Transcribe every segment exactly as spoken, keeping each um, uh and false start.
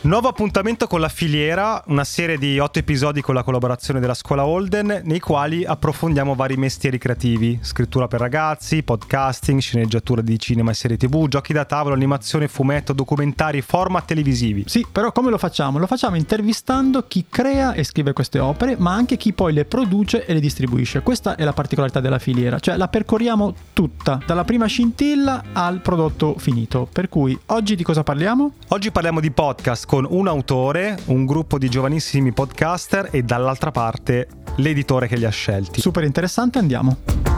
Nuovo appuntamento con La Filiera, una serie di otto episodi con la collaborazione della Scuola Holden, nei quali approfondiamo vari mestieri creativi: scrittura per ragazzi, podcasting, sceneggiatura di cinema e serie tv, giochi da tavolo, animazione, fumetto, documentari, format televisivi. Sì, però come lo facciamo? Lo facciamo intervistando chi crea e scrive queste opere, ma anche chi poi le produce e le distribuisce. Questa è la particolarità della filiera, cioè la percorriamo tutta, dalla prima scintilla al prodotto finito. Per cui oggi di cosa parliamo? Oggi parliamo di podcast con un autore, un gruppo di giovanissimi podcaster e dall'altra parte l'editore che li ha scelti. Super interessante, andiamo.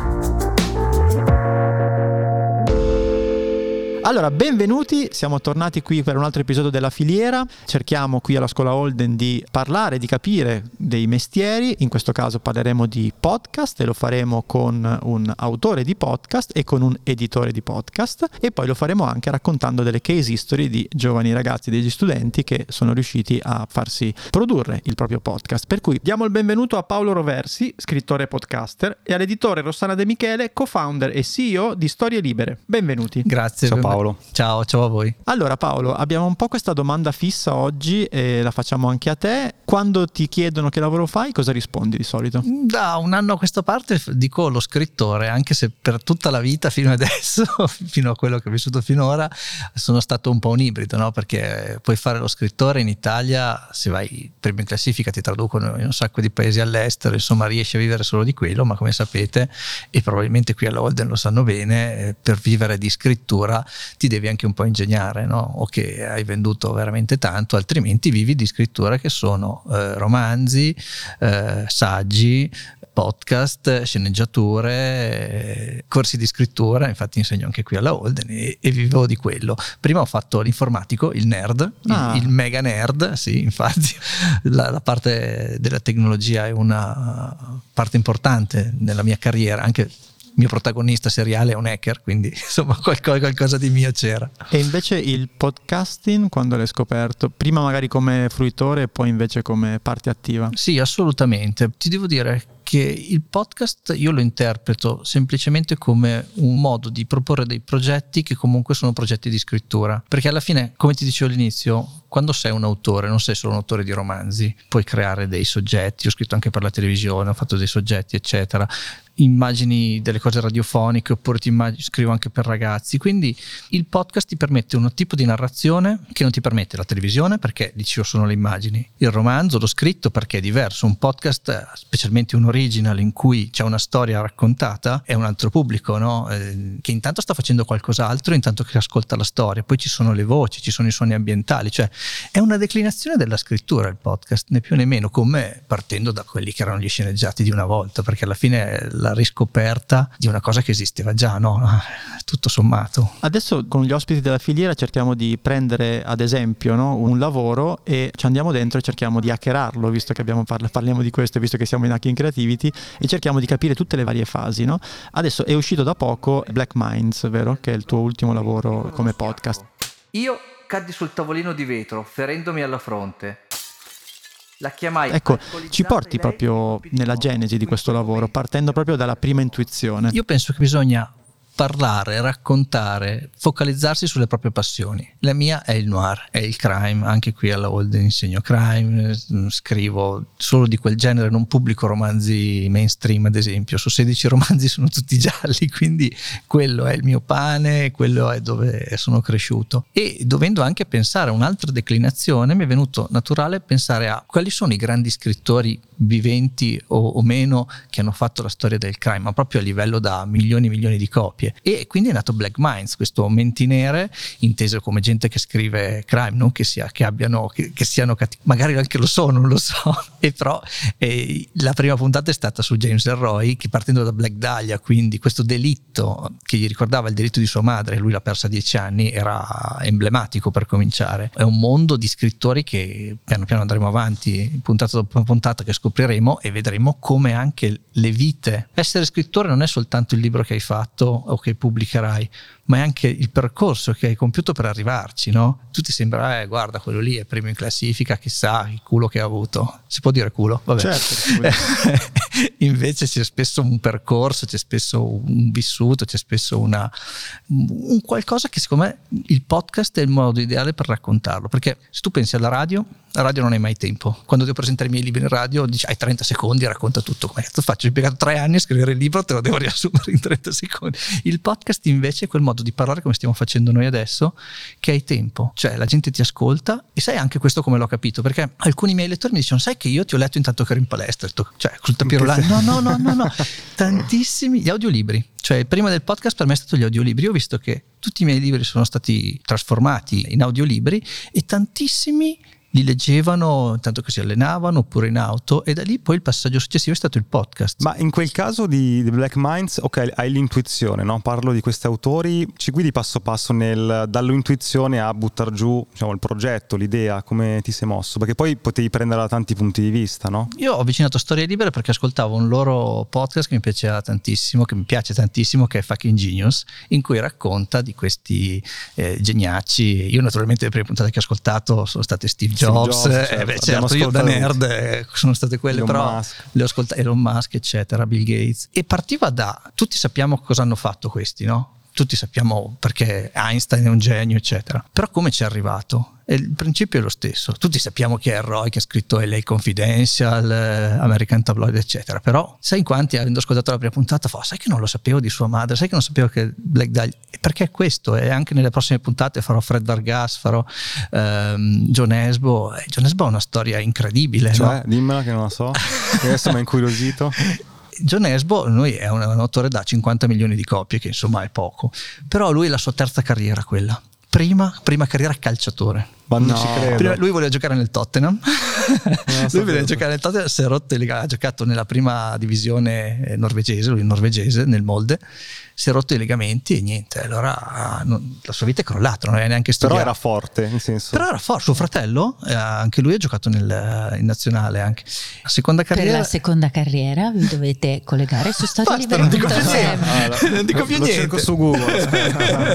Allora, benvenuti, siamo tornati qui per un altro episodio della Filiera. Cerchiamo qui alla Scuola Holden di parlare, di capire dei mestieri. In questo caso parleremo di podcast e lo faremo con un autore di podcast e con un editore di podcast, e poi lo faremo anche raccontando delle case history di giovani ragazzi, degli studenti che sono riusciti a farsi produrre il proprio podcast. Per cui diamo il benvenuto a Paolo Roversi, scrittore e podcaster, e all'editore Rossana De Michele, co-founder e C E O di Storie Libere. Benvenuti. Grazie. Ciao Paolo. Ciao, ciao a voi. Allora Paolo, abbiamo un po' questa domanda fissa oggi e la facciamo anche a te. Quando ti chiedono che lavoro fai, cosa rispondi di solito? Da un anno a questa parte dico lo scrittore, anche se per tutta la vita fino adesso, fino a quello che ho vissuto finora, sono stato un po' un ibrido, no? Perché puoi fare lo scrittore in Italia, se vai prima in classifica ti traducono in un sacco di paesi all'estero, insomma riesci a vivere solo di quello, ma come sapete, e probabilmente qui alla Holden lo sanno bene, per vivere di scrittura ti devi anche un po' ingegnare, no? O che hai venduto veramente tanto, altrimenti vivi di scrittura, che sono eh, romanzi, eh, saggi, podcast, sceneggiature, eh, corsi di scrittura. Infatti insegno anche qui alla Holden e, e vivo di quello. Prima ho fatto l'informatico, il nerd, ah. il, il mega nerd, sì, infatti la, la parte della tecnologia è una parte importante nella mia carriera, anche il mio protagonista seriale è un hacker, quindi insomma qualcosa, qualcosa di mio c'era. E invece il podcasting, quando l'hai scoperto? Prima magari come fruitore e poi invece come parte attiva? Sì, assolutamente. Ti devo dire che il podcast io lo interpreto semplicemente come un modo di proporre dei progetti che comunque sono progetti di scrittura, perché alla fine, come ti dicevo all'inizio, quando sei un autore non sei solo un autore di romanzi, puoi creare dei soggetti. Ho scritto anche per la televisione, ho fatto dei soggetti eccetera, immagini delle cose radiofoniche, oppure ti immagini, scrivo anche per ragazzi. Quindi il podcast ti permette un tipo di narrazione che non ti permette la televisione, perché dicevo sono le immagini, il romanzo, lo scritto, perché è diverso. Un podcast, specialmente un original in cui c'è una storia raccontata, è un altro pubblico, no? Eh, che intanto sta facendo qualcos'altro intanto che ascolta la storia, poi ci sono le voci, ci sono i suoni ambientali, cioè è una declinazione della scrittura il podcast, né più né meno, come partendo da quelli che erano gli sceneggiati di una volta, perché alla fine è la riscoperta di una cosa che esisteva già, no? Tutto sommato. Adesso con gli ospiti della filiera cerchiamo di prendere ad esempio, no, un lavoro e ci andiamo dentro e cerchiamo di hackerarlo, visto che abbiamo parla- parliamo di questo, visto che siamo in Hacking Creativity, e cerchiamo di capire tutte le varie fasi, no? Adesso è uscito da poco Black Minds, vero? Che è il tuo ultimo lavoro come podcast. Io caddi sul tavolino di vetro, ferendomi alla fronte. La chiamai. Ecco, ci porti proprio nella genesi di questo lavoro, partendo proprio dalla prima intuizione. Io penso che bisogna parlare, raccontare, focalizzarsi sulle proprie passioni. La mia è il noir, è il crime. Anche qui alla Holden insegno crime, scrivo solo di quel genere, non pubblico romanzi mainstream ad esempio. Su sedici romanzi sono tutti gialli, quindi quello è il mio pane, quello è dove sono cresciuto. E dovendo anche pensare a un'altra declinazione, mi è venuto naturale pensare a quali sono i grandi scrittori viventi o, o meno che hanno fatto la storia del crime, ma proprio a livello da milioni e milioni di copie. E quindi è nato Black Minds, questo menti nere, inteso come gente che scrive crime, non che sia che abbiano che, che siano cattivi, magari anche lo sono, non lo so. E però eh, la prima puntata è stata su James Ellroy, che partendo da Black Dahlia, quindi questo delitto che gli ricordava il delitto di sua madre, lui l'ha persa a dieci anni, era emblematico per cominciare. È un mondo di scrittori che piano piano andremo avanti, puntata dopo puntata, che scopriremo e vedremo come anche le vite. Essere scrittore non è soltanto il libro che hai fatto o che pubblicherai, ma è anche il percorso che hai compiuto per arrivarci, no? Tu ti sembra, eh, guarda, quello lì è primo in classifica, chissà il culo che ha avuto. Si può dire culo? Vabbè. Certo. Invece c'è spesso un percorso, c'è spesso un vissuto, c'è spesso una, un qualcosa che secondo me il podcast è il modo ideale per raccontarlo, perché se tu pensi alla radio, la radio non hai mai tempo. Quando devo presentare i miei libri in radio dici hai trenta secondi, racconta tutto. Come cazzo faccio? Ho impiegato tre anni a scrivere il libro, te lo devo riassumere in trenta secondi. Il podcast invece è quel modo di parlare come stiamo facendo noi adesso, che hai tempo, cioè la gente ti ascolta. E sai anche questo come l'ho capito, perché alcuni miei lettori mi dicono sai che io ti ho letto intanto che ero in palestra, cioè sul tapiro là. No no no no no tantissimi gli audiolibri, cioè prima del podcast per me è stato gli audiolibri. Io ho visto che tutti i miei libri sono stati trasformati in audiolibri e tantissimi li leggevano intanto che si allenavano oppure in auto, e da lì poi il passaggio successivo è stato il podcast. Ma in quel caso di, di Black Minds, ok, hai l'intuizione, no? Parlo di questi autori, ci guidi passo passo nel dall'intuizione a buttar giù, diciamo, il progetto, l'idea, come ti sei mosso? Perché poi potevi prendere da tanti punti di vista, no? Io ho avvicinato Storie Libere perché ascoltavo un loro podcast che mi piaceva tantissimo, che mi piace tantissimo, che è Fucking Genius, in cui racconta di questi eh, geniacci. Io naturalmente le prime puntate che ho ascoltato sono state Steve Jobs, Jobs, certo, eh, beh, certo io da nerd eh, sono state quelle, Elon però Musk. le ho ascoltate, Elon Musk eccetera, Bill Gates, e partiva da tutti sappiamo cosa hanno fatto questi, no? Tutti sappiamo perché Einstein è un genio eccetera, però come ci è arrivato? E il principio è lo stesso. Tutti sappiamo chi è Roy, che ha scritto L A Confidential, American Tabloid eccetera, però sai in quanti, avendo ascoltato la prima puntata, fa sai che non lo sapevo di sua madre, sai che non sapevo che Black Dahlia, perché è questo. E anche nelle prossime puntate farò Fred Vargas, farò um, John Esbo. eh, John Esbo ha una storia incredibile, Cioè, no? dimmela che non la so, adesso mi ha incuriosito. John Esbo, lui è un, un autore da cinquanta milioni di copie, che insomma è poco, però lui è la sua terza carriera quella. Prima, prima carriera calciatore. Ma non No. ci credo. Prima, lui voleva giocare nel Tottenham. lui sapevo. voleva giocare nel Tottenham, si è rotto, ha giocato nella prima divisione norvegese, lui è norvegese, nel Molde, si è rotto i legamenti e niente, allora non, la sua vita è crollata, non è neanche studiato. Però era forte, nel senso. Però era forte, suo fratello, eh, anche lui ha giocato nel, in nazionale anche. La seconda carriera... Per la seconda carriera vi dovete collegare su storie Basta, non dico più libere punto niente. com. Ah, lo- non dico più lo niente. cerco su Google.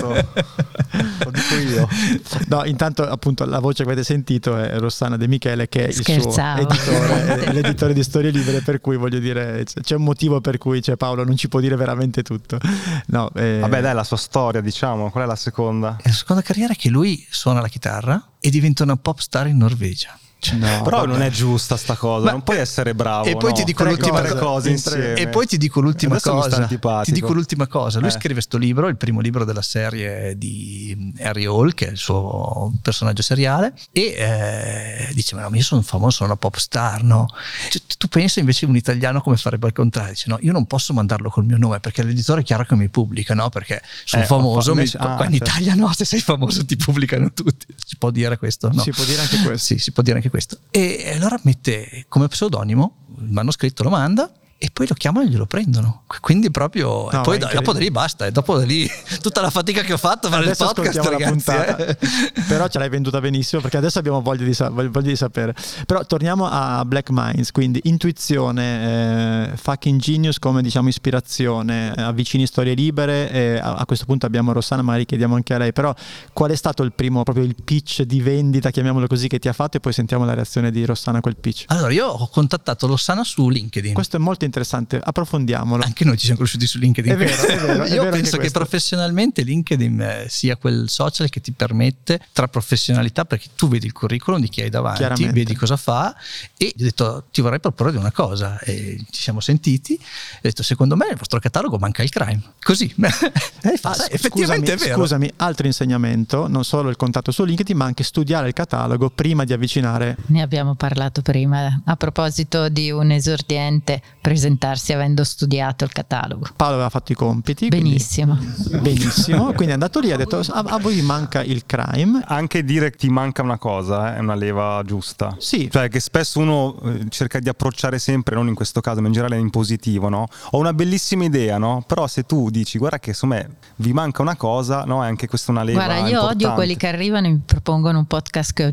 Lo dico io. No, intanto appunto la voce che avete sentito è Rossana De Michele, che è il suo Scherzavo. editore, è l'editore di Storie Libere, per cui voglio dire c'è un motivo per cui cioè, Paolo non ci può dire veramente tutto. No, eh, Vabbè, dai, la sua storia, diciamo. Qual è la seconda? La seconda carriera è che lui suona la chitarra e diventa una pop star in Norvegia. no, Però vabbè. non è giusta sta cosa, Ma- non puoi essere bravo. E poi no? ti dico Tre l'ultima cose, cosa. cose In tre- insieme. E poi ti dico l'ultima Adesso mi sta cosa. antipatico. Ti dico l'ultima cosa. Lui Eh. scrive sto libro, il primo libro della serie di Harry Hall, che è il suo personaggio seriale, e eh, dice: ma no, io sono famoso, sono una pop star, no? Cioè, tu pensi invece un italiano come farebbe al contrario? Dice: no, io non posso mandarlo col mio nome perché l'editore è chiaro che mi pubblica, no? Perché sono Eh, famoso, invece- mi- ah, qua in certo. Italia no, se sei famoso ti pubblicano tutti. Si può dire questo? No. Si può dire anche questo. Sì, si può dire anche questo. E allora mette come pseudonimo il manoscritto, lo manda e poi lo chiamano e glielo prendono. Quindi proprio No, e poi ma da- è dopo da lì basta, e dopo da lì tutta la fatica che ho fatto a fare Adesso il podcast, ascoltiamo ragazzi, la puntata, eh. però ce l'hai venduta benissimo perché adesso abbiamo voglia di, sa- voglia di sapere. Però torniamo a Black Minds, quindi intuizione, eh, fucking genius come diciamo ispirazione, eh, avvicini Storie Libere, e a, a questo punto abbiamo Rossana, magari chiediamo anche a lei, però qual è stato il primo, proprio il pitch di vendita, chiamiamolo così, che ti ha fatto, e poi sentiamo la reazione di Rossana a quel pitch. Allora io ho contattato Lossana su LinkedIn. Questo è molto interessante, approfondiamolo. Anche noi ci siamo conosciuti su LinkedIn. È vero, è vero, è Io vero anche penso che questo. professionalmente LinkedIn eh, sia quel social che ti permette tra professionalità, perché tu vedi il curriculum di chi hai davanti, Chiaramente. vedi cosa fa, e ho detto ti vorrei proporre di una cosa, e ci siamo sentiti, ho detto secondo me nel vostro catalogo manca il crime, così. E fa, Ah, sai, sc- effettivamente scusami, è vero. scusami, altro insegnamento, non solo il contatto su LinkedIn, ma anche studiare il catalogo prima di avvicinare. Ne abbiamo parlato prima a proposito di un esordiente presentarsi avendo studiato il catalogo. Paolo aveva fatto i compiti. quindi- Benissimo. benissimo, quindi è andato lì e ha detto a, a voi manca il crime. Anche dire che ti manca una cosa eh, è una leva giusta. Sì. Cioè che spesso uno eh, cerca di approcciare sempre, non in questo caso ma in generale in positivo, no? Ho una bellissima idea, no? Però se tu dici guarda che insomma vi manca una cosa, no? È anche questa una leva Guarda, io importante. odio quelli che arrivano e mi propongono un podcast che ho già.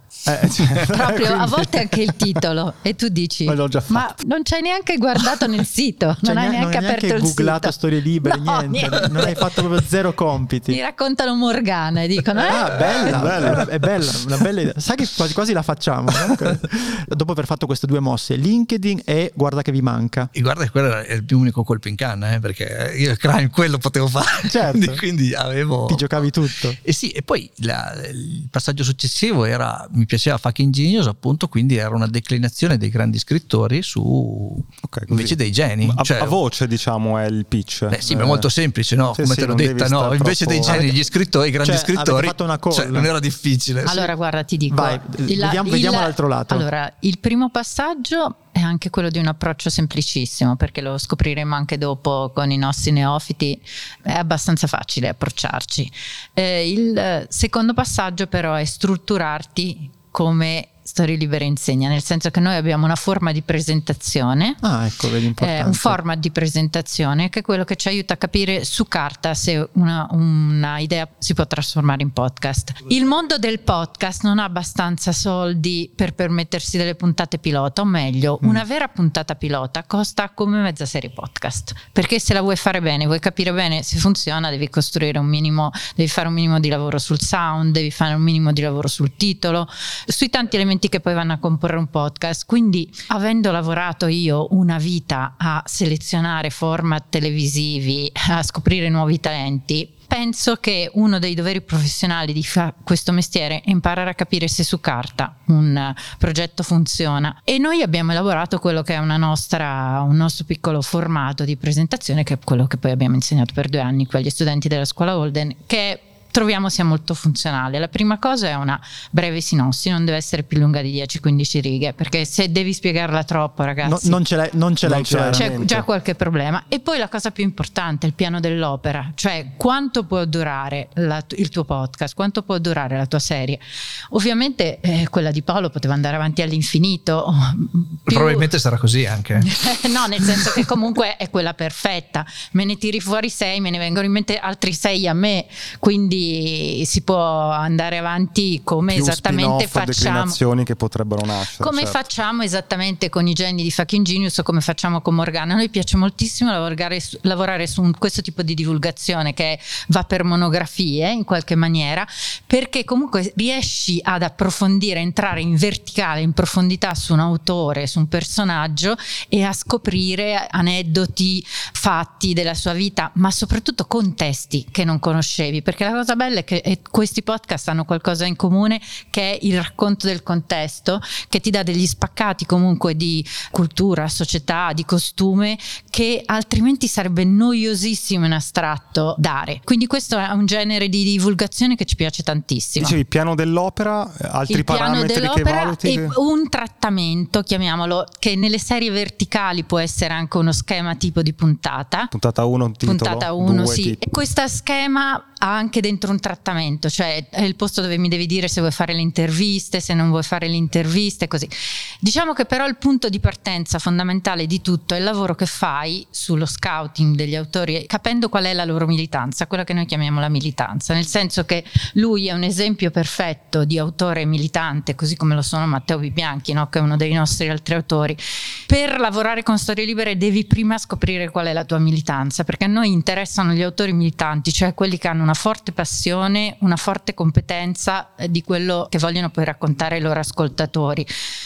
Eh, cioè, Proprio quindi... a volte anche il titolo e tu dici ma, l'ho già ma fatto. non c'hai neanche guardato nel sito, cioè, non hai neanche non hai aperto neanche il googlato sito, storie libere, no, niente. niente, Non hai fatto proprio zero compiti. ti raccontano Morgana e dicono eh, ah bella, bella. è bella, una bella idea. Sai che quasi quasi la facciamo, no? Dopo aver fatto queste due mosse, LinkedIn e guarda che vi manca, e guarda che quello era il più unico colpo in canna, eh, perché io il crime quello potevo fare, certo. quindi, quindi avevo ti giocavi tutto. e sì, e poi la, il passaggio successivo era, mi piaceva Fucking Genius, appunto, quindi era una declinazione dei grandi scrittori su okay, invece dei geni, a, cioè, a voce diciamo è il pitch. beh sì, eh, ma è molto semplice, no? sì, Come sì, te l'ho non devi detta, no? stare Invece troppo- dei geni, gli scrittori, i grandi Cioè, avete scrittori, fatto una call. cioè, non era difficile. sì. allora guarda ti dico Vai, vediamo- vediamo l'altro lato. Allora il primo passaggio è anche quello di un approccio semplicissimo, perché lo scopriremo anche dopo con i nostri neofiti, è abbastanza facile approcciarci. Eh, il secondo passaggio però è strutturarti come Storie Libere insegna, nel senso che noi abbiamo una forma di presentazione, Ah, ecco, vedi, importante. eh, un format di presentazione che è quello che ci aiuta a capire su carta se una, una idea si può trasformare in podcast. Il mondo del podcast non ha abbastanza soldi per permettersi delle puntate pilota, o meglio, mm. una vera puntata pilota costa come mezza serie podcast, perché se la vuoi fare bene, vuoi capire bene se funziona, devi costruire un minimo, devi fare un minimo di lavoro sul sound, devi fare un minimo di lavoro sul titolo, sui tanti elementi che poi vanno a comporre un podcast. Quindi, avendo lavorato io una vita a selezionare format televisivi, a scoprire nuovi talenti, penso che uno dei doveri professionali di fa- questo mestiere è imparare a capire se su carta un progetto funziona, e noi abbiamo elaborato quello che è una nostra, un nostro piccolo formato di presentazione, che è quello che poi abbiamo insegnato per due anni qui agli studenti della scuola Holden, che troviamo sia molto funzionale. La prima cosa è una breve sinossi, non deve essere più lunga di dieci quindici righe, perché se devi spiegarla troppo, ragazzi, no, non ce l'hai, non ce l'hai Non ce l'hai. c'è già qualche problema. E poi la cosa più importante, il piano dell'opera, cioè quanto può durare la, il tuo podcast, quanto può durare la tua serie. Ovviamente eh, quella di Paolo poteva andare avanti all'infinito, più... probabilmente sarà così anche. no, nel senso che comunque è quella perfetta, me ne tiri fuori sei, me ne vengono in mente altri sei a me, quindi si può andare avanti come più esattamente spin-off, facciamo, declinazioni che potrebbero nascere, come certo. facciamo esattamente con i geni di Fucking Genius, o come facciamo con Morgana. A noi piace moltissimo lavorare su, lavorare su un, questo tipo di divulgazione che va per monografie in qualche maniera, perché comunque riesci ad approfondire, entrare in verticale, in profondità su un autore, su un personaggio, e a scoprire aneddoti, fatti della sua vita, ma soprattutto contesti che non conoscevi, perché la cosa bella è che eh, questi podcast hanno qualcosa in comune, che è il racconto del contesto, che ti dà degli spaccati comunque di cultura, società, di costume, che altrimenti sarebbe noiosissimo in astratto dare. Quindi questo è un genere di divulgazione che ci piace tantissimo. Dicevi piano dell'opera, altri Il piano parametri che dell'opera valuti? e un trattamento, chiamiamolo, che nelle serie verticali può essere anche uno schema tipo di puntata. Puntata uno, titolo, Puntata uno, due, sì. titolo. E questo schema ha anche dentro un trattamento, cioè è il posto dove mi devi dire se vuoi fare le interviste, se non vuoi fare le interviste, così. Diciamo che però il punto di partenza fondamentale di tutto è il lavoro che fai sullo scouting degli autori, capendo qual è la loro militanza, quella che noi chiamiamo la militanza, nel senso che lui è un esempio perfetto di autore militante, così come lo sono Matteo Bibianchi, no? Che è uno dei nostri altri autori. Per lavorare con Storie Libere devi prima scoprire qual è la tua militanza, perché a noi interessano gli autori militanti, cioè quelli che hanno una forte passione, una forte competenza di quello che vogliono poi raccontare ai loro ascoltatori.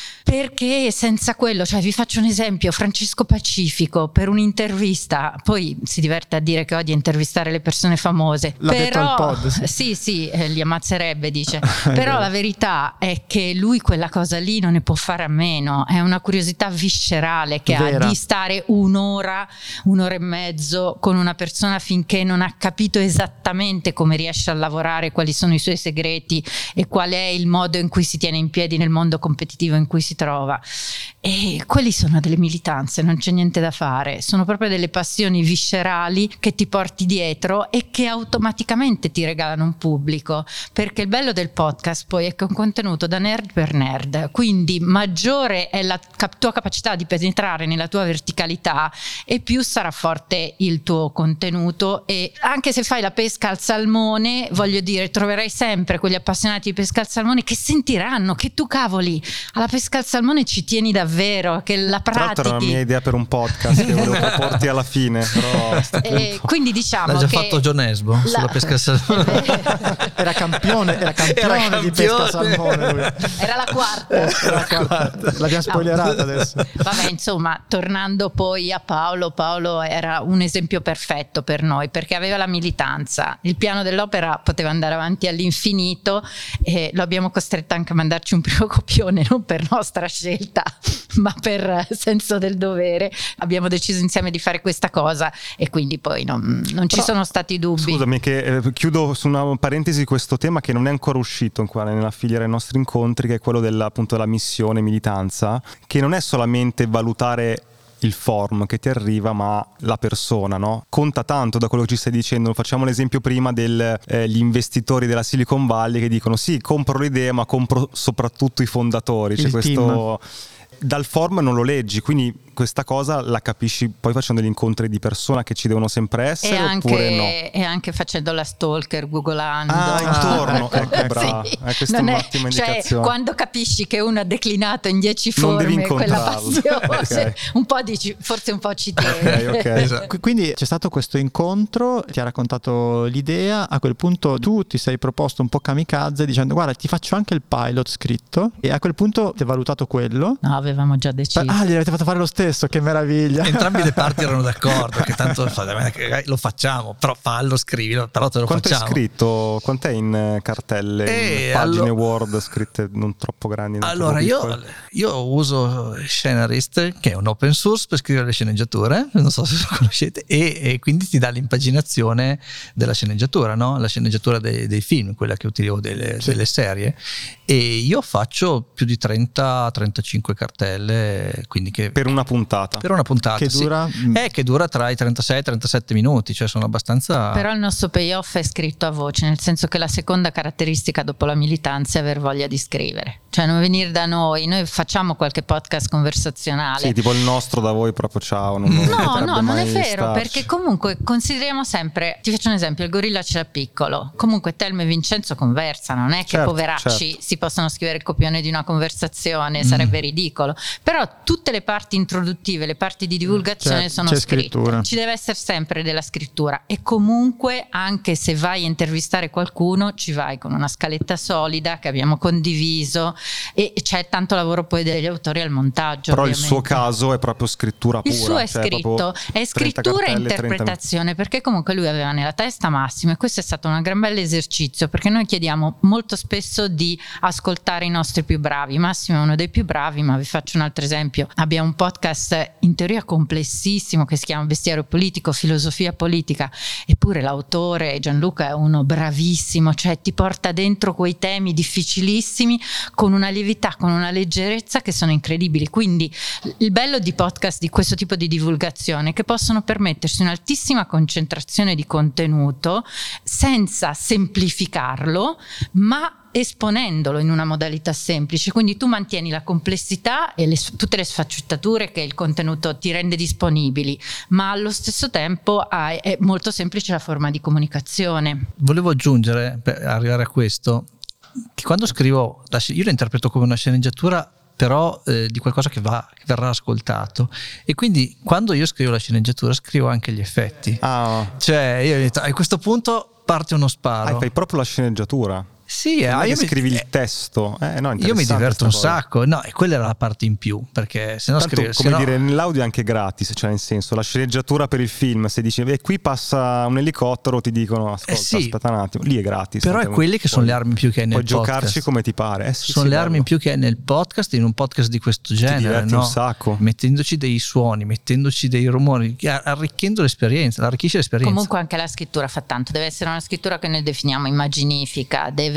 Perché senza quello, cioè vi faccio un esempio, Francesco Pacifico per un'intervista, poi si diverte a dire che odia intervistare le persone famose, l'ha però detto al pod, sì. sì sì eh, li ammazzerebbe, dice però la verità è che lui quella cosa lì non ne può fare a meno, è una curiosità viscerale che Vera. ha di stare un'ora un'ora e mezzo con una persona finché non ha capito esattamente come riesce a lavorare, quali sono i suoi segreti e qual è il modo in cui si tiene in piedi nel mondo competitivo in cui si si trova. E quelli sono delle militanze, non c'è niente da fare, sono proprio delle passioni viscerali che ti porti dietro e che automaticamente ti regalano un pubblico, perché il bello del podcast poi è che è un contenuto da nerd per nerd, quindi maggiore è la cap- tua capacità di penetrare nella tua verticalità e più sarà forte il tuo contenuto. E anche se fai la pesca al salmone, voglio dire, troverai sempre quegli appassionati di pesca al salmone che sentiranno che tu cavoli alla pesca al salmone ci tieni davvero, che la pratichi. Tra l'altro era la mia idea per un podcast che volevo proporti alla fine, però e quindi diciamo l'ha già che fatto John Esbo la... sulla pesca al salmone. era campione era campione, era campione di pesca al salmone lui. Era la quarta, era la quarta. L'abbiamo spoilerata no. adesso. Vabbè, insomma, tornando poi a Paolo Paolo era un esempio perfetto per noi perché aveva la militanza, il piano dell'opera poteva andare avanti all'infinito e lo abbiamo costretto anche a mandarci un primo copione, non per nostra scelta ma per senso del dovere. Abbiamo deciso insieme di fare questa cosa e quindi poi non, non ci Però, sono stati dubbi. Scusami che eh, chiudo su una parentesi questo tema che non è ancora uscito qua nella filiera dei nostri incontri, che è quello della, appunto, della missione militanza, che non è solamente valutare il form che ti arriva ma la persona, no? Conta tanto da quello che ci stai dicendo. Facciamo l'esempio prima degli eh, investitori della Silicon Valley che dicono sì, compro l'idea ma compro soprattutto i fondatori, c'è questo team. Dal form non lo leggi, quindi questa cosa la capisci poi facendo gli incontri di persona che ci devono sempre essere, e anche, oppure no? E anche facendo la stalker, googolando. Ah, intorno, ecco, brava. Sì. Eh, questa non è un'ottima cioè, indicazione. Quando capisci che uno ha declinato in dieci forme quella passione, okay. un po' dici, forse un po' ci tieni. Okay, okay. Esatto. Quindi c'è stato questo incontro, ti ha raccontato l'idea, a quel punto tu ti sei proposto un po' kamikaze dicendo guarda ti faccio anche il pilot scritto, e a quel punto ti hai valutato quello? No, avevamo già deciso. Ah, gli avete fatto fare lo stesso, che meraviglia. Entrambi le parti erano d'accordo che tanto lo facciamo, però fallo, scrivilo, però te lo Quanto facciamo. Quanto è scritto? Quant'è in cartelle, e in pagine allo... Word scritte non troppo grandi? Non allora troppo io, io uso Scenarist, che è un open source per scrivere le sceneggiature, non so se lo conoscete, e, e quindi ti dà l'impaginazione della sceneggiatura, no? La sceneggiatura dei, dei film, quella che utilizzo delle, sì. delle serie, e io faccio più di trenta trentacinque cartelle, quindi che per una puntata per una puntata che sì. dura è che dura tra i trentasei e i trentasette minuti, cioè sono abbastanza. Però il nostro payoff è scritto a voce, nel senso che la seconda caratteristica dopo la militanza è aver voglia di scrivere, cioè non venire da noi. Noi facciamo qualche podcast conversazionale, sì, tipo il nostro da voi proprio ciao non no no non è vero starci. Perché comunque consideriamo sempre, ti faccio un esempio, il gorilla c'era piccolo, comunque Telma e Vincenzo conversano, non è che certo, poveracci certo. si possono scrivere il copione di una conversazione, mm. sarebbe ridicolo, però tutte le parti introduttive, le parti di divulgazione c'è, sono c'è scritte, scrittura. Ci deve essere sempre della scrittura, e comunque anche se vai a intervistare qualcuno ci vai con una scaletta solida che abbiamo condiviso, e c'è tanto lavoro poi degli autori al montaggio. Però ovviamente. Il suo caso è proprio scrittura pura, il suo è cioè scritto, è scrittura e interpretazione, perché comunque lui aveva nella testa Massimo, e questo è stato un gran bel esercizio, perché noi chiediamo molto spesso di ascoltare i nostri più bravi. Massimo è uno dei più bravi, ma vi faccio un altro esempio: abbiamo un podcast in teoria complessissimo che si chiama Bestiario Politico, Filosofia Politica, eppure l'autore Gianluca è uno bravissimo, cioè ti porta dentro quei temi difficilissimi con una lievità, con una leggerezza che sono incredibili. Quindi il bello di podcast di questo tipo di divulgazione è che possono permettersi un'altissima concentrazione di contenuto senza semplificarlo, ma esponendolo in una modalità semplice, quindi tu mantieni la complessità e le, tutte le sfaccettature che il contenuto ti rende disponibili, ma allo stesso tempo hai, è molto semplice la forma di comunicazione. Volevo aggiungere, per arrivare a questo, che quando scrivo, io la interpreto come una sceneggiatura però eh, di qualcosa che, va, che verrà ascoltato, e quindi quando io scrivo la sceneggiatura scrivo anche gli effetti. Ah. Cioè io a questo punto parte uno sparo. Ah, fai proprio la sceneggiatura. Sì, ah, io scrivi mi, il testo. Eh, no, io mi diverto un cosa. sacco. No, e quella era la parte in più, perché se no scrivo. Come sennò... dire, nell'audio è anche gratis, cioè nel senso, la sceneggiatura per il film, se dici e qui passa un elicottero, ti dicono ascolta, eh sì, aspetta un attimo, lì è gratis. Però è quelle che sono le armi in più che hai nel puoi podcast. Puoi giocarci come ti pare. Eh, sì, sono sì, le bello. armi in più che hai nel podcast, in un podcast di questo genere. Ti diverti no? un sacco. Mettendoci dei suoni, mettendoci dei rumori, arricchendo l'esperienza, arricchisce l'esperienza. Comunque anche la scrittura fa tanto, deve essere una scrittura che noi definiamo immaginifica, deve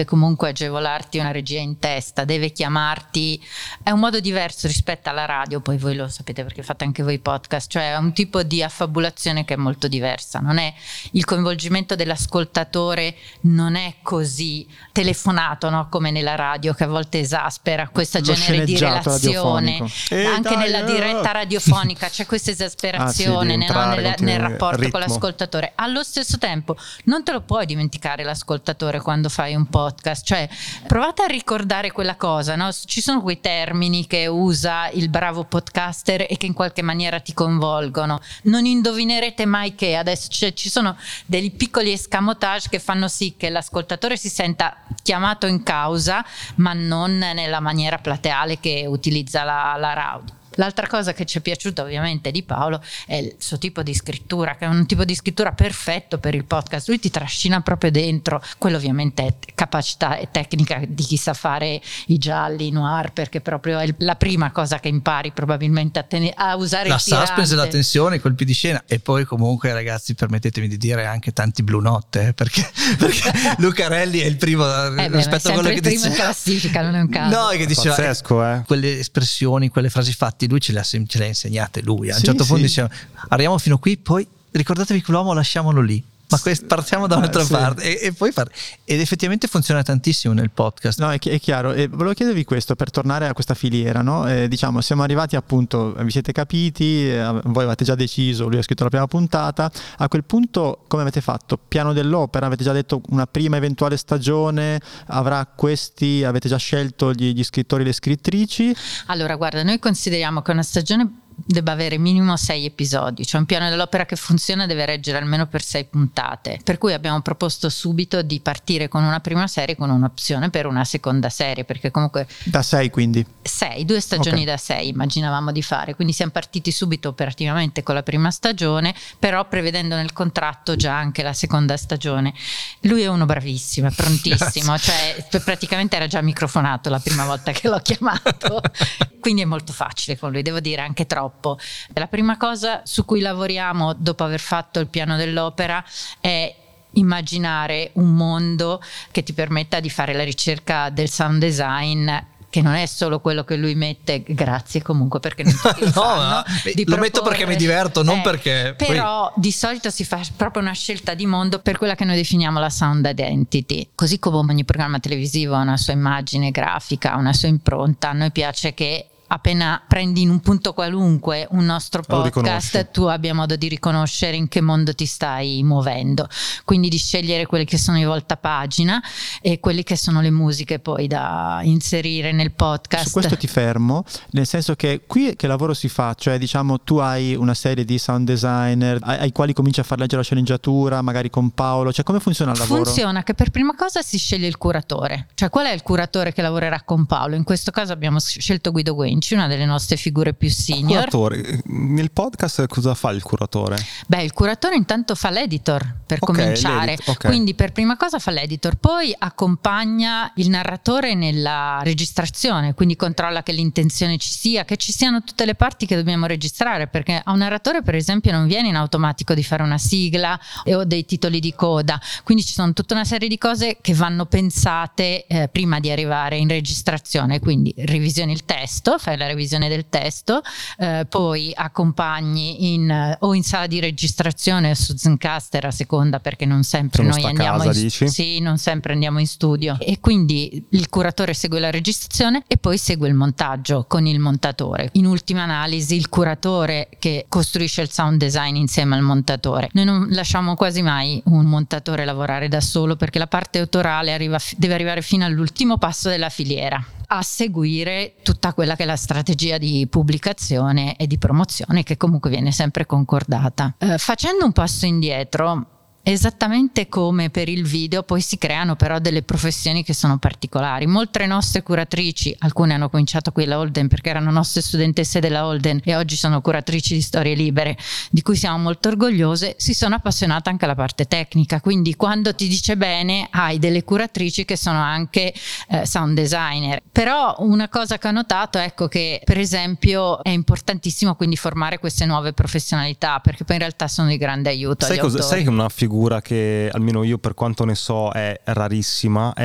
deve comunque agevolarti una regia in testa, deve chiamarti, è un modo diverso rispetto alla radio, poi voi lo sapete perché fate anche voi podcast, cioè è un tipo di affabulazione che è molto diversa, non è il coinvolgimento dell'ascoltatore, non è così telefonato, no? Come nella radio che a volte esaspera questo Lo genere di relazione, eh, anche dai, nella diretta radiofonica c'è questa esasperazione ah, sì, no? nel, nel rapporto ritmo. con l'ascoltatore. Allo stesso tempo non te lo puoi dimenticare l'ascoltatore quando fai un podcast, cioè provate a ricordare quella cosa, no? Ci sono quei termini che usa il bravo podcaster e che in qualche maniera ti coinvolgono, non indovinerete mai che adesso cioè, ci sono dei piccoli escamotage che fanno sì che l'ascoltatore si senta chiamato in causa, ma non nella maniera plateale che utilizza la, la radio. L'altra cosa che ci è piaciuta ovviamente di Paolo è il suo tipo di scrittura, che è un tipo di scrittura perfetto per il podcast, lui ti trascina proprio dentro, quello ovviamente è capacità e tecnica di chi sa fare i gialli, i noir, perché proprio è la prima cosa che impari probabilmente a, ten- a usare la il tirante. suspense e la tensione, i colpi di scena, e poi comunque ragazzi permettetemi di dire anche tanti Blue Note, eh, perché, perché Lucarelli è il primo eh beh, rispetto a quello che il primo dice in classifica, non è un caso. no, che diceva, pazzesco, eh. quelle espressioni, quelle frasi fatte lui ce le ha, ce le ha insegnate lui. A un Sì, certo punto sì. diceva arriviamo fino qui, poi ricordatevi che l'uomo lasciamolo lì, ma quest- partiamo da un'altra Ah, sì. parte e, e poi far- ed effettivamente funziona tantissimo nel podcast. No, è, chi- è chiaro. E volevo chiedervi questo per tornare a questa filiera, no? Eh, diciamo, siamo arrivati appunto, vi siete capiti, eh, voi avete già deciso, lui ha scritto la prima puntata. A quel punto, come avete fatto? Piano dell'opera? Avete già detto una prima eventuale stagione avrà questi? Avete già scelto gli, gli scrittori e le scrittrici? Allora, guarda, noi consideriamo che una stagione debba avere minimo sei episodi, cioè un piano dell'opera che funziona deve reggere almeno per sei puntate, per cui abbiamo proposto subito di partire con una prima serie con un'opzione per una seconda serie, perché comunque Da sei quindi? sei, due stagioni Ok. da sei immaginavamo di fare, quindi siamo partiti subito operativamente con la prima stagione, però prevedendo nel contratto già anche la seconda stagione. Lui è uno bravissimo, è prontissimo, cioè praticamente era già microfonato la prima volta che l'ho chiamato, quindi è molto facile con lui, devo dire anche troppo. La prima cosa su cui lavoriamo dopo aver fatto il piano dell'opera è immaginare un mondo che ti permetta di fare la ricerca del sound design, che non è solo quello che lui mette, grazie comunque perché non tutti lo No, fanno, no, di lo metto perché mi diverto, non eh, perché poi- però di solito si fa proprio una scelta di mondo per quella che noi definiamo la sound identity, così come ogni programma televisivo ha una sua immagine grafica, una sua impronta. A noi piace che appena prendi in un punto qualunque un nostro Lo podcast riconosci. tu abbia modo di riconoscere in che mondo ti stai muovendo, quindi di scegliere quelli che sono i voltapagina e quelli che sono le musiche poi da inserire nel podcast. Su questo ti fermo, nel senso che qui che lavoro si fa? Cioè diciamo tu hai una serie di sound designer ai, ai quali cominci a far leggere la sceneggiatura magari con Paolo, cioè come funziona il lavoro? Funziona che per prima cosa si sceglie il curatore, cioè qual è il curatore che lavorerà con Paolo. In questo caso abbiamo scelto Guido Guenci, una delle nostre figure più senior. Curatore, nel podcast cosa fa il curatore? Beh, il curatore intanto fa l'editor per Ok, cominciare, l'edit, ok. quindi per prima cosa fa l'editor, poi accompagna il narratore nella registrazione, quindi controlla che l'intenzione ci sia, che ci siano tutte le parti che dobbiamo registrare, perché a un narratore per esempio non viene in automatico di fare una sigla o dei titoli di coda, quindi ci sono tutta una serie di cose che vanno pensate eh, prima di arrivare in registrazione, quindi revisioni il testo, fai la revisione del testo, eh, poi accompagni in, o in sala di registrazione o su Zencastr a seconda, perché non sempre Sono noi sta andiamo casa, in, dici? sì, non sempre andiamo in studio, e quindi il curatore segue la registrazione e poi segue il montaggio con il montatore. In ultima analisi il curatore che costruisce il sound design insieme al montatore. Noi non lasciamo quasi mai un montatore lavorare da solo, perché la parte autorale arriva, deve arrivare fino all'ultimo passo della filiera, a seguire tutta quella che è la strategia di pubblicazione e di promozione, che comunque viene sempre concordata. Eh, facendo un passo indietro, esattamente come per il video, poi si creano però delle professioni che sono particolari. Molte nostre curatrici, alcune hanno cominciato qui alla Holden perché erano nostre studentesse della Holden e oggi sono curatrici di storie libere, di cui siamo molto orgogliose, si sono appassionate anche alla parte tecnica, quindi quando ti dice bene hai delle curatrici che sono anche eh, sound designer. Però una cosa che ho notato, ecco, che per esempio è importantissimo quindi formare queste nuove professionalità, perché poi in realtà sono di grande aiuto Sai, agli cosa, autori. sai che una figura che almeno io per quanto ne so è rarissima è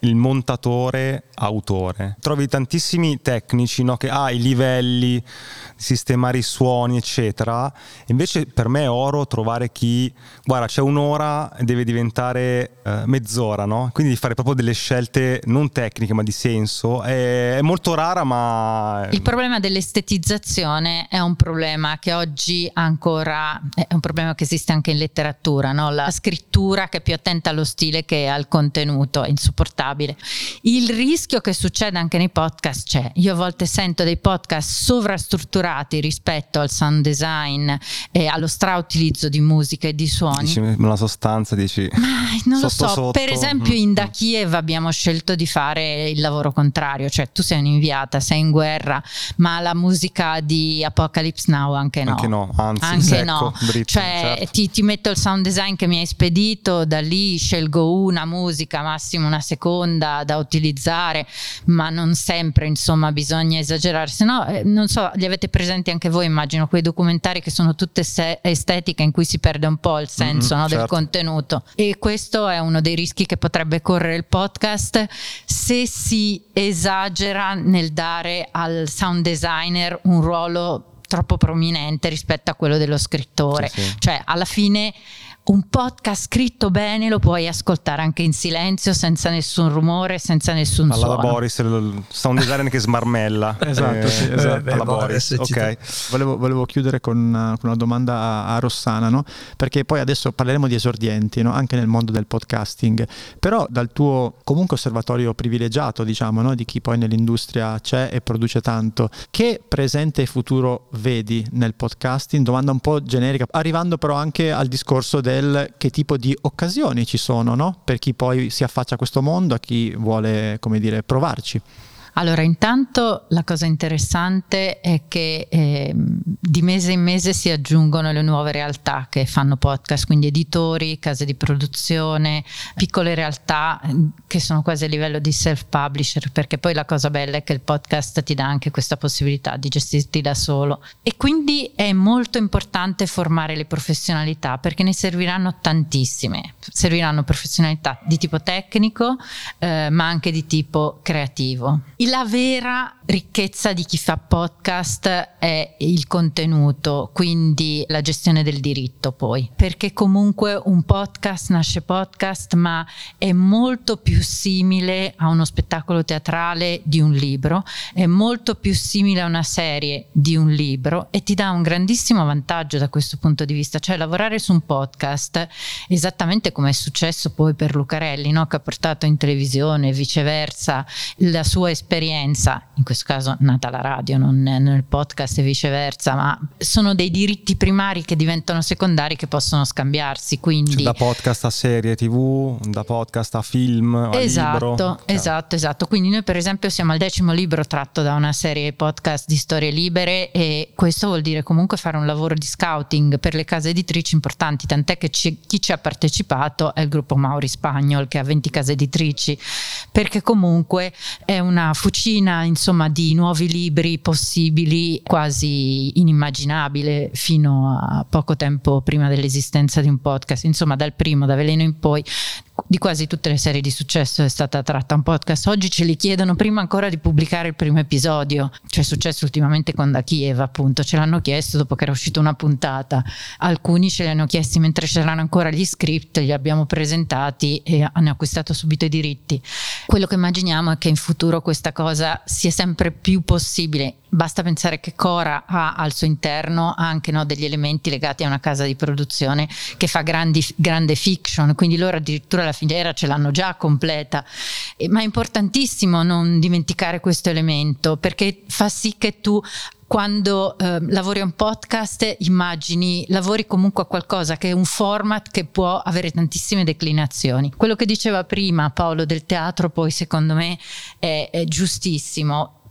il montatore autore. Trovi tantissimi tecnici, no, che ha ah, i livelli, sistemare i suoni eccetera. Invece per me è oro trovare chi guarda c'è un'ora e deve diventare eh, mezz'ora, no? Quindi di fare proprio delle scelte non tecniche ma di senso è, è molto rara, ma il problema dell'estetizzazione è un problema che oggi ancora è un problema che esiste anche in letteratura, no? La scrittura che è più attenta allo stile che al contenuto è insopportabile. Il rischio che succeda anche nei podcast c'è. Io a volte sento dei podcast sovrastrutturati rispetto al sound design e allo strautilizzo di musica e di suoni. Dici, la sostanza dici ma non lo so, sotto. Per esempio in Da Kiev abbiamo scelto di fare il lavoro contrario, cioè tu sei un'inviata, sei in guerra, ma la musica di Apocalypse Now anche no, anche no, anzi anche secco, no. dritto, cioè certo. ti, ti metto il sound design che mi hai spedito, da lì scelgo una musica, massimo una seconda da utilizzare, ma non sempre insomma bisogna esagerare, se no eh, non so, li avete presenti anche voi, immagino, quei documentari che sono tutte se- estetiche in cui si perde un po' il senso, mm-hmm, no, certo, del contenuto, e questo è uno dei rischi che potrebbe correre il podcast se si esagera nel dare al sound designer un ruolo troppo prominente rispetto a quello dello scrittore. Sì, sì. Cioè alla fine un podcast scritto bene lo puoi ascoltare anche in silenzio, senza nessun rumore, senza nessun alla suono. Alla Boris, il sound designer che smarmella. Esatto, eh, sì, esatto. Alla Boris, ok. Volevo, volevo chiudere con, con una domanda a, a Rossana, no? Perché poi adesso parleremo di esordienti, no? Anche nel mondo del podcasting, però dal tuo comunque osservatorio privilegiato, diciamo, no? Di chi poi nell'industria c'è e produce tanto, che presente e futuro vedi nel podcasting? Domanda un po' generica, arrivando però anche al discorso del che tipo di occasioni ci sono, no? Per chi poi si affaccia a questo mondo, a chi vuole, come dire, provarci. Allora, intanto la cosa interessante è che eh, di mese in mese si aggiungono le nuove realtà che fanno podcast, quindi editori, case di produzione, piccole realtà che sono quasi a livello di self-publisher, perché poi la cosa bella è che il podcast ti dà anche questa possibilità di gestirti da solo, e quindi è molto importante formare le professionalità, perché ne serviranno tantissime. Serviranno professionalità di tipo tecnico, eh, ma anche di tipo creativo. La vera ricchezza di chi fa podcast è il contenuto, quindi la gestione del diritto, poi, perché comunque un podcast nasce podcast, ma è molto più simile a uno spettacolo teatrale di un libro, è molto più simile a una serie di un libro, e ti dà un grandissimo vantaggio da questo punto di vista, cioè lavorare su un podcast, esattamente come è successo poi per Lucarelli, no? Che ha portato in televisione e viceversa la sua esperienza, in questo caso nata la radio, non nel podcast e viceversa, ma sono dei diritti primari che diventano secondari, che possono scambiarsi, quindi cioè, da podcast a serie tv, da podcast a film, a esatto, libro. Esatto, esatto. Quindi noi per esempio siamo al decimo libro tratto da una serie podcast di storie libere, e questo vuol dire comunque fare un lavoro di scouting per le case editrici importanti, tant'è che ci, chi ci ha partecipato è il gruppo Mauri Spagnol, che ha venti case editrici, perché comunque è una fucina insomma di nuovi libri possibili, quasi inimmaginabile fino a poco tempo prima dell'esistenza di un podcast. Insomma, dal primo, da Veleno in poi, di quasi tutte le serie di successo è stata tratta un podcast. Oggi ce li chiedono prima ancora di pubblicare il primo episodio, cioè è successo ultimamente con Da Kiev, appunto, ce l'hanno chiesto dopo che era uscita una puntata, alcuni ce li hanno chiesti mentre c'erano ancora gli script, li abbiamo presentati e hanno acquistato subito i diritti. Quello che immaginiamo è che in futuro questa cosa sia sempre più possibile. Basta pensare che Cora ha al suo interno anche, no, degli elementi legati a una casa di produzione che fa grandi, grande fiction, quindi loro addirittura la filiera ce l'hanno già completa, e, ma è importantissimo non dimenticare questo elemento, perché fa sì che tu, quando eh, lavori a un podcast, immagini, lavori comunque a qualcosa che è un format che può avere tantissime declinazioni. Quello che diceva prima Paolo del teatro poi secondo me è, è giustissimo.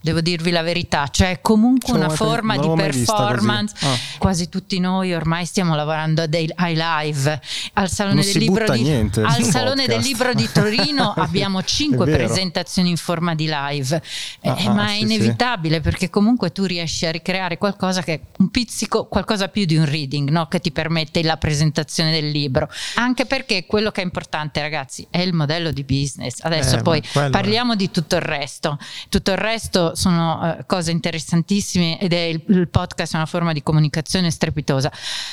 devo dirvi la verità, cioè comunque una forma di performance. Oh. Quasi tutti noi ormai stiamo lavorando a dei ai live. Al Salone, del libro, di, al Salone del Libro di Torino abbiamo cinque presentazioni in forma di live, ah, eh, ma ah, è sì, inevitabile, sì. Perché comunque tu riesci a ricreare qualcosa che è un pizzico, qualcosa più di un reading, no? Che ti permette la presentazione del libro, anche perché quello che è importante, ragazzi, è il modello di business. Adesso eh, poi parliamo è. di tutto il resto. Tutto il resto sono uh, cose interessantissime ed è il, il podcast è una forma di comunicazione strepitosa.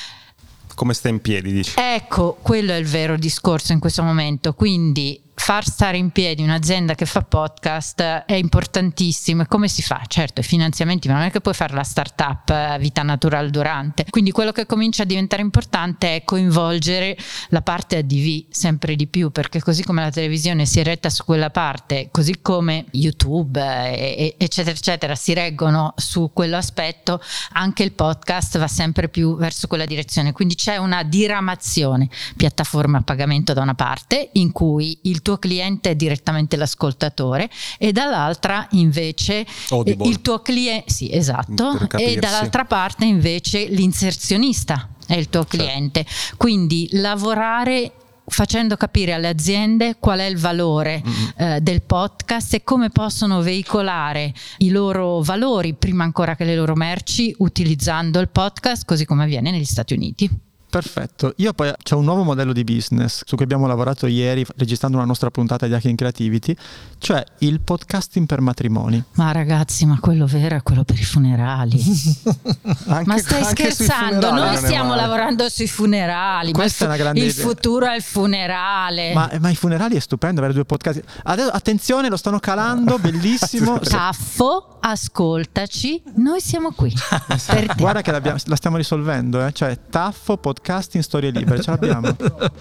Come sta in piedi, dici? Ecco, quello è il vero discorso in questo momento, quindi far stare in piedi un'azienda che fa podcast è importantissimo. E come si fa? Certo, i finanziamenti, ma non è che puoi fare la startup vita natural durante. Quindi quello che comincia a diventare importante è coinvolgere la parte A D V sempre di più, perché così come la televisione si è retta su quella parte, così come YouTube e, eccetera eccetera si reggono su quell'aspetto, anche il podcast va sempre più verso quella direzione. Quindi c'è una diramazione, piattaforma a pagamento da una parte, in cui il tuo cliente è direttamente l'ascoltatore, e dall'altra invece Audible. il tuo cliente, sì, esatto, e dall'altra parte invece l'inserzionista è il tuo cliente. Certo. Quindi lavorare facendo capire alle aziende qual è il valore mm-hmm. eh, del podcast e come possono veicolare i loro valori prima ancora che le loro merci utilizzando il podcast, così come avviene negli Stati Uniti. Perfetto, io poi c'è un nuovo modello di business su cui abbiamo lavorato ieri registrando una nostra puntata di Hacking Creativity, cioè il podcasting per matrimoni. Ma ragazzi, ma quello vero è quello per i funerali. anche, ma stai scherzando? Noi stiamo lavorando sui funerali. Questa ma è una grande il idea. futuro è il funerale. Ma, ma i funerali è stupendo avere due podcast. Adesso, attenzione, lo stanno calando, bellissimo. Caffo, ascoltaci, noi siamo qui. Per te. Guarda che la stiamo risolvendo, eh? Cioè Taffo, podcasting, storie libere, ce l'abbiamo.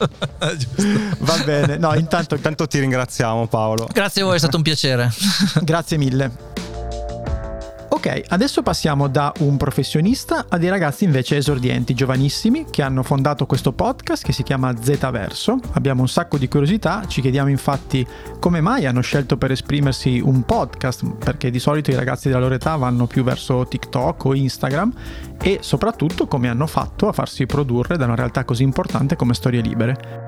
Va bene, no, intanto, intanto ti ringraziamo, Paolo. Grazie a voi, è stato un piacere. Grazie mille. Ok, adesso passiamo da un professionista a dei ragazzi invece esordienti, giovanissimi, che hanno fondato questo podcast che si chiama Zetaverso. Abbiamo un sacco di curiosità, ci chiediamo infatti come mai hanno scelto per esprimersi un podcast, perché di solito i ragazzi della loro età vanno più verso TikTok o Instagram, e soprattutto come hanno fatto a farsi produrre da una realtà così importante come Storie Libere.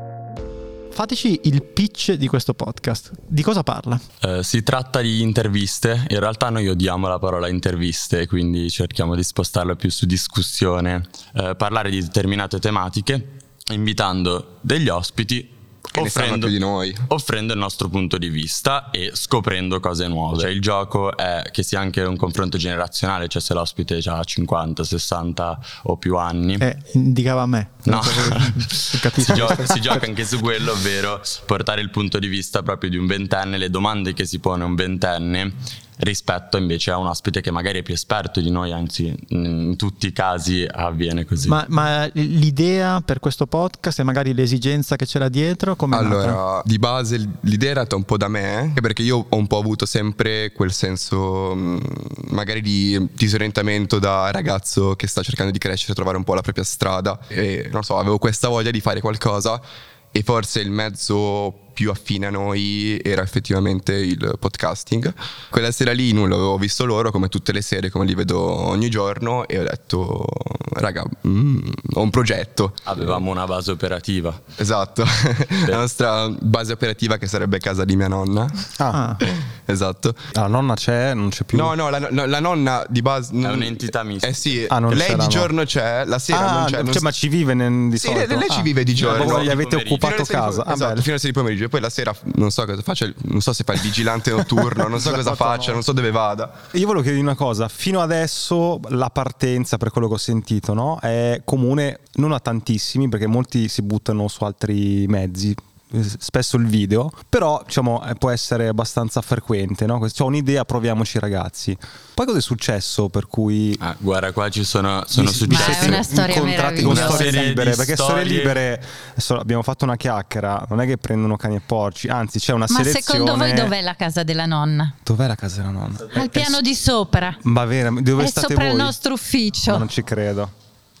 Fateci il pitch di questo podcast. Di cosa parla? Eh, si tratta di interviste. In realtà noi odiamo la parola interviste, quindi cerchiamo di spostarla più su discussione, eh, parlare di determinate tematiche, invitando degli ospiti, che offrendo, più di noi. offrendo il nostro punto di vista e scoprendo cose nuove. Cioè, il gioco è che sia anche un confronto generazionale, cioè se l'ospite ha cinquanta, sessanta o più anni. Eh, indicava a me. No, si, gioca, si gioca anche su quello, ovvero portare il punto di vista proprio di un ventenne, le domande che si pone un ventenne rispetto invece a un ospite che magari è più esperto di noi, anzi in tutti i casi avviene così. Ma, ma l'idea per questo podcast e magari l'esigenza che c'era dietro, come allora, nata? Di base l'idea era un po' da me, anche perché io ho un po' avuto sempre quel senso magari di disorientamento da ragazzo che sta cercando di crescere, trovare un po' la propria strada, e non so, avevo questa voglia di fare qualcosa, e forse il mezzo più affine a noi era effettivamente il podcasting. Quella sera lì non l'avevo visto loro, come tutte le sere, come li vedo ogni giorno, e ho detto raga, mm, ho un progetto. Avevamo una base operativa. Esatto. La nostra base operativa, che sarebbe casa di mia nonna. Ah, esatto. La nonna c'è, non c'è più? No, no, la, la, la nonna di base è un'entità mista. Eh sì, ah, lei di giorno c'è, la sera ah, non c'è. Non non c'è, ma ci vive nel, di sì, solito? lei, lei ah. ci vive di giorno. Ma voi gli avete occupato casa? Di, esatto, ah, fino a sera di pomeriggio. E poi la sera non so cosa faccia, non so se fa il vigilante notturno, non so cosa faccia, non so dove vada. Io volevo chiedere una cosa: fino adesso la partenza, per quello che ho sentito, no, è comune non a tantissimi, perché molti si buttano su altri mezzi, spesso il video, però diciamo può essere abbastanza frequente, no? C'ho un'idea, proviamoci ragazzi. Poi cosa è successo per cui ah, guarda, qua ci sono sono Ma successi è una storia incontrati con meravigliosa. Storie Libere, perché storie... Storie Libere, adesso abbiamo fatto una chiacchiera, non è che prendono cani e porci, anzi c'è una Ma selezione. secondo voi dov'è la casa della nonna? Dov'è la casa della nonna? Al piano di sopra. Ma vera, dove è state sopra voi? il nostro ufficio. Ma non ci credo.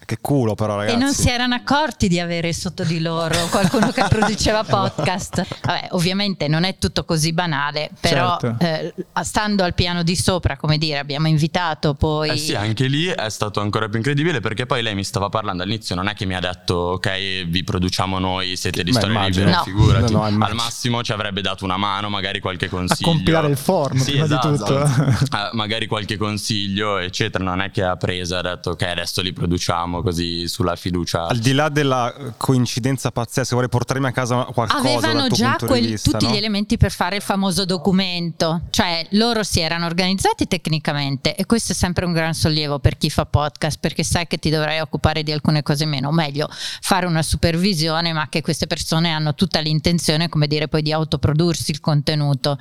Che culo però, ragazzi. E non si erano accorti di avere sotto di loro qualcuno che produceva podcast. Vabbè, ovviamente non è tutto così banale, però Certo. eh, stando al piano di sopra, come dire, abbiamo invitato poi... Eh sì, anche lì è stato ancora più incredibile, perché poi lei mi stava parlando all'inizio, non è che mi ha detto ok, vi produciamo noi, siete di Beh, storia immagino. libera, No. figurati. No, no, Al immagino. massimo ci avrebbe dato una mano, magari qualche A consiglio. compilare il form Sì, prima esatto. di tutto. Eh, magari qualche consiglio, eccetera. Non è che ha preso e ha detto ok, adesso li produciamo così sulla fiducia. Al di là della coincidenza pazzesca, vorrei portarmi a casa qualcosa Avevano dal tuo già punto quel- di vista, tutti no? gli elementi per fare il famoso documento, cioè loro si erano organizzati tecnicamente, e questo è sempre un gran sollievo per chi fa podcast, perché sai che ti dovrai occupare di alcune cose meno, o meglio fare una supervisione, ma che queste persone hanno tutta l'intenzione, come dire, poi di autoprodursi il contenuto.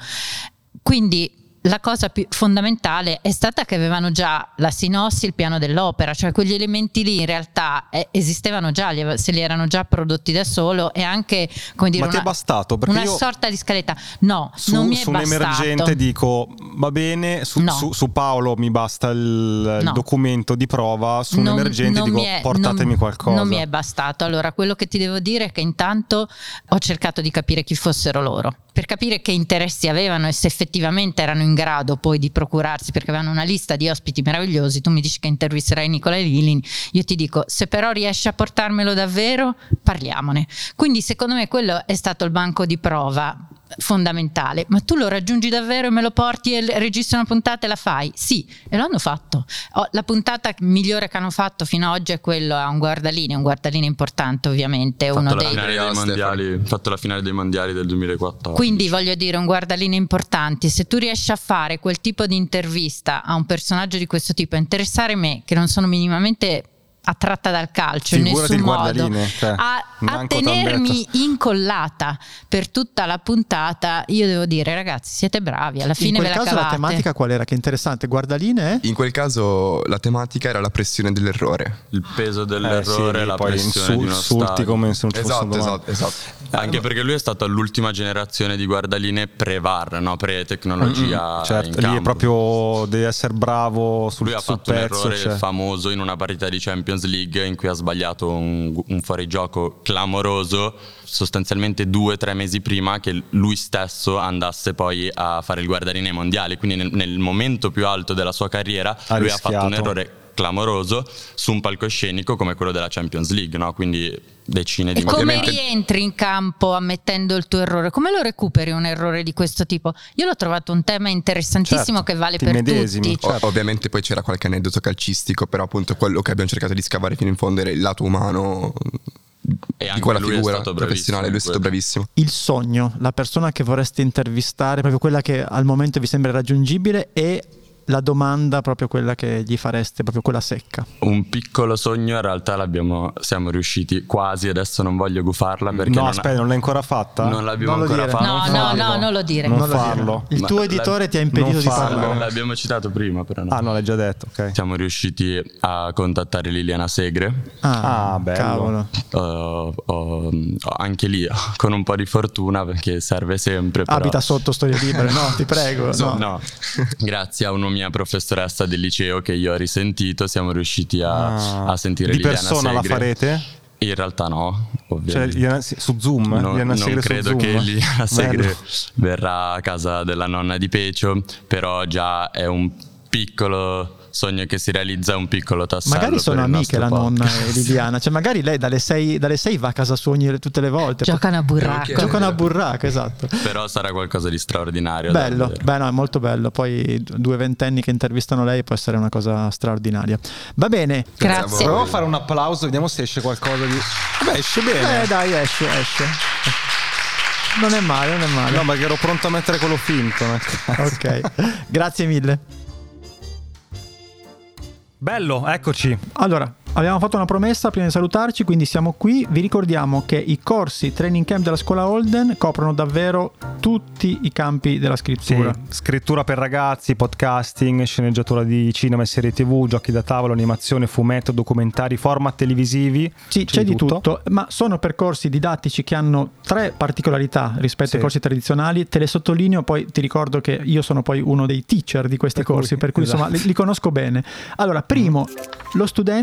Quindi la cosa più fondamentale è stata che avevano già la sinossi, il piano dell'opera, cioè quegli elementi lì in realtà eh, esistevano già, li ave- se li erano già prodotti da solo, e anche, come dire, Ma ti una, è bastato? Perché una io sorta di scaletta. No, su, non mi è su un bastato. emergente dico va bene, su, No. su, su Paolo mi basta il, il No. documento di prova, su un Non- emergente non dico mi è- portatemi non- qualcosa. Non mi è bastato. Allora, quello che ti devo dire è che intanto ho cercato di capire chi fossero loro, per capire che interessi avevano e se effettivamente erano in grado poi di procurarsi, perché avevano una lista di ospiti meravigliosi. Tu mi dici che intervisterai Nicola Lilin, io ti dico, se però riesci a portarmelo davvero, parliamone. Quindi secondo me quello è stato il banco di prova fondamentale. Ma tu lo raggiungi davvero e me lo porti e registri una puntata e la fai? Sì, e lo hanno fatto. Oh, la puntata migliore che hanno fatto fino ad oggi è quello a un guardaline, un guardaline importante ovviamente, Fatto uno la dei... finale dei Stefano. mondiali, fatto la finale dei mondiali del duemilaquattordici. Quindi voglio dire, un guardaline importante. Se tu riesci a fare quel tipo di intervista a un personaggio di questo tipo, a interessare me, che non sono minimamente attratta dal calcio in Figurati nessun il modo, guardaline, cioè, a, a manco tenermi t'han incollata per tutta la puntata, io devo dire, ragazzi, siete bravi, alla In fine quel ve la caso cavate. la tematica qual era? Che interessante, guardaline è? In quel caso la tematica era la pressione dell'errore. Il peso Eh, dell'errore, sì, la poi pressione insul- di uno insulti stadio. come se non ci fosse un Esatto, domani. esatto, esatto. Anche perché lui è stato l'ultima generazione di guardaline pre-V A R, no? pre-tecnologia. Certo, in lì è campo. proprio devi essere bravo sul, Lui ha sul fatto un pezzo, errore cioè. famoso in una partita di Champions League in cui ha sbagliato un, un fuorigioco clamoroso, sostanzialmente due o tre mesi prima che lui stesso andasse poi a fare il guardaline ai mondiali. Quindi nel, nel momento più alto della sua carriera Ha lui rischiato. ha fatto un errore clamoroso su un palcoscenico come quello della Champions League, no? Quindi decine di E come Ovviamente- rientri in campo ammettendo il tuo errore? Come lo recuperi un errore di questo tipo? Io l'ho trovato un tema interessantissimo, Certo, che vale ti per medesimi, tutti. O- certo. ovviamente poi c'era qualche aneddoto calcistico, però appunto quello che abbiamo cercato di scavare fino in fondo era il lato umano E di anche quella lui è figura stato professionale. Lui è stato bravissimo bravissimo. Il sogno, la persona che vorreste intervistare, proprio quella che al momento vi sembra raggiungibile, e la domanda proprio quella che gli fareste, proprio quella secca. Un piccolo sogno, in realtà l'abbiamo, siamo riusciti quasi, adesso non voglio gufarla perché No, non, aspetta, non l'hai ancora fatta? non l'abbiamo Non lo ancora dire. fatta. No, non no, farlo. no, non lo dire. Non Non lo dire. farlo. Il Ma tuo la- editore ti ha impedito non di farlo. parlare. L'abbiamo citato prima, però no. Ah, no, l'hai già detto, ok. Siamo riusciti a contattare Liliana Segre. Ah, Ah, bello. cavolo. Uh, ho- anche lì con un po' di fortuna, perché serve sempre. Però... Abita sotto Storie Libere, no, ti prego. No, no. no. Grazie a una mia professoressa del liceo che io ho risentito, siamo riusciti a, Ah. a sentire Di Liliana persona la Segre. farete? In realtà no, Cioè, ovviamente. Liliana- sì, su Zoom? No, Liliana non Segre su credo Zoom? che Liliana Segre Bello. verrà a casa della nonna di Pecio, però già è un piccolo sogno che si realizza, un piccolo tassello. Magari sono per il amiche la nostro nonna podcast. e Liliana, cioè magari lei dalle sei, dalle sei va a casa sua ogni, tutte le volte. Giocano a burraco. Ok. Giocano a burraco, esatto. Però sarà qualcosa di straordinario. Bello, davvero. beh no, è molto bello. Poi due ventenni che intervistano lei può essere una cosa straordinaria. Va bene. Grazie. Proviamo a fare un applauso, vediamo se esce qualcosa di... Beh, esce bene. Eh dai, esce, esce. Non è male, non è male. No, ma che ero pronto a mettere quello finto. nel caso. Ok, grazie mille. Bello, eccoci. Allora, abbiamo fatto una promessa prima di salutarci, quindi siamo qui. Vi ricordiamo che i corsi Training Camp della Scuola Holden coprono davvero tutti i campi della Sì, scrittura. scrittura per ragazzi, podcasting, sceneggiatura di cinema e serie tv, giochi da tavolo, animazione, fumetto, documentari, format televisivi. Sì, c'è, di tutto. ma sono percorsi didattici che hanno tre particolarità rispetto Sì. ai corsi tradizionali. Te le sottolineo, poi ti ricordo che io sono poi uno dei teacher di questi Per cui, corsi, per cui insomma esatto. li, li conosco bene. Allora, primo, lo studente è in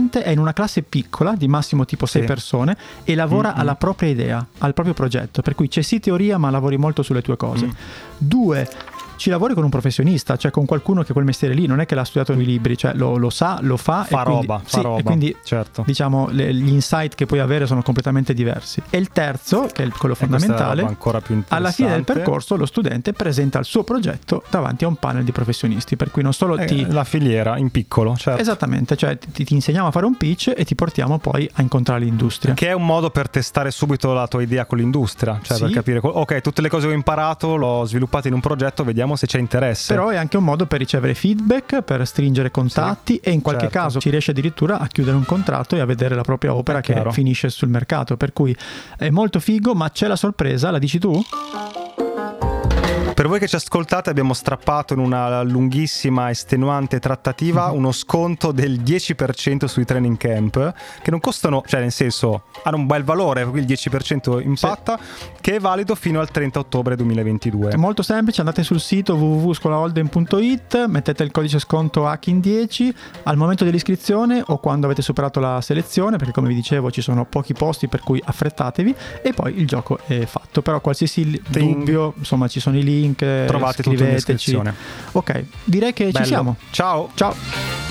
una classe piccola di massimo tipo sei sì. persone e lavora mm-hmm. alla propria idea, al proprio progetto, per cui c'è sì teoria ma lavori molto sulle tue cose. Mm. Due, ci lavori con un professionista, cioè con qualcuno che quel mestiere lì non è che l'ha studiato nei libri, cioè lo, lo sa, lo fa, fa e quindi, roba, sì, fa roba, e quindi certo. diciamo le, gli insight che puoi avere sono completamente diversi. E il terzo, che è il, quello fondamentale, ancora più alla fine del percorso lo studente presenta il suo progetto davanti a un panel di professionisti, per cui non solo eh, ti... la filiera in piccolo, certo. Esattamente, cioè ti, ti insegniamo a fare un pitch e ti portiamo poi a incontrare l'industria. Che è un modo per testare subito la tua idea con l'industria, cioè sì. per capire, ok, tutte le cose che ho imparato l'ho sviluppate in un progetto, vediamo se c'è interesse. Però è anche un modo per ricevere feedback, per stringere contatti, sì, e in qualche certo. caso ci riesce addirittura a chiudere un contratto e a vedere la propria opera che chiaro. finisce sul mercato, per cui è molto figo, ma c'è la sorpresa, la dici tu? Per voi che ci ascoltate abbiamo strappato in una lunghissima estenuante trattativa mm-hmm. uno sconto del dieci per cento sui training camp, che non costano, cioè nel senso hanno un bel valore, il dieci per cento impatta, sì. che è valido fino al trenta ottobre duemilaventidue. È molto semplice, andate sul sito w w w punto scolaholden punto i t, mettete il codice sconto Hacking dieci al momento dell'iscrizione o quando avete superato la selezione, perché come vi dicevo ci sono pochi posti, per cui affrettatevi, e poi il gioco è fatto. Però qualsiasi Ting. dubbio, insomma ci sono i link, trovate tutto in descrizione. Ok, direi che Bello. ci siamo. Ciao. Ciao.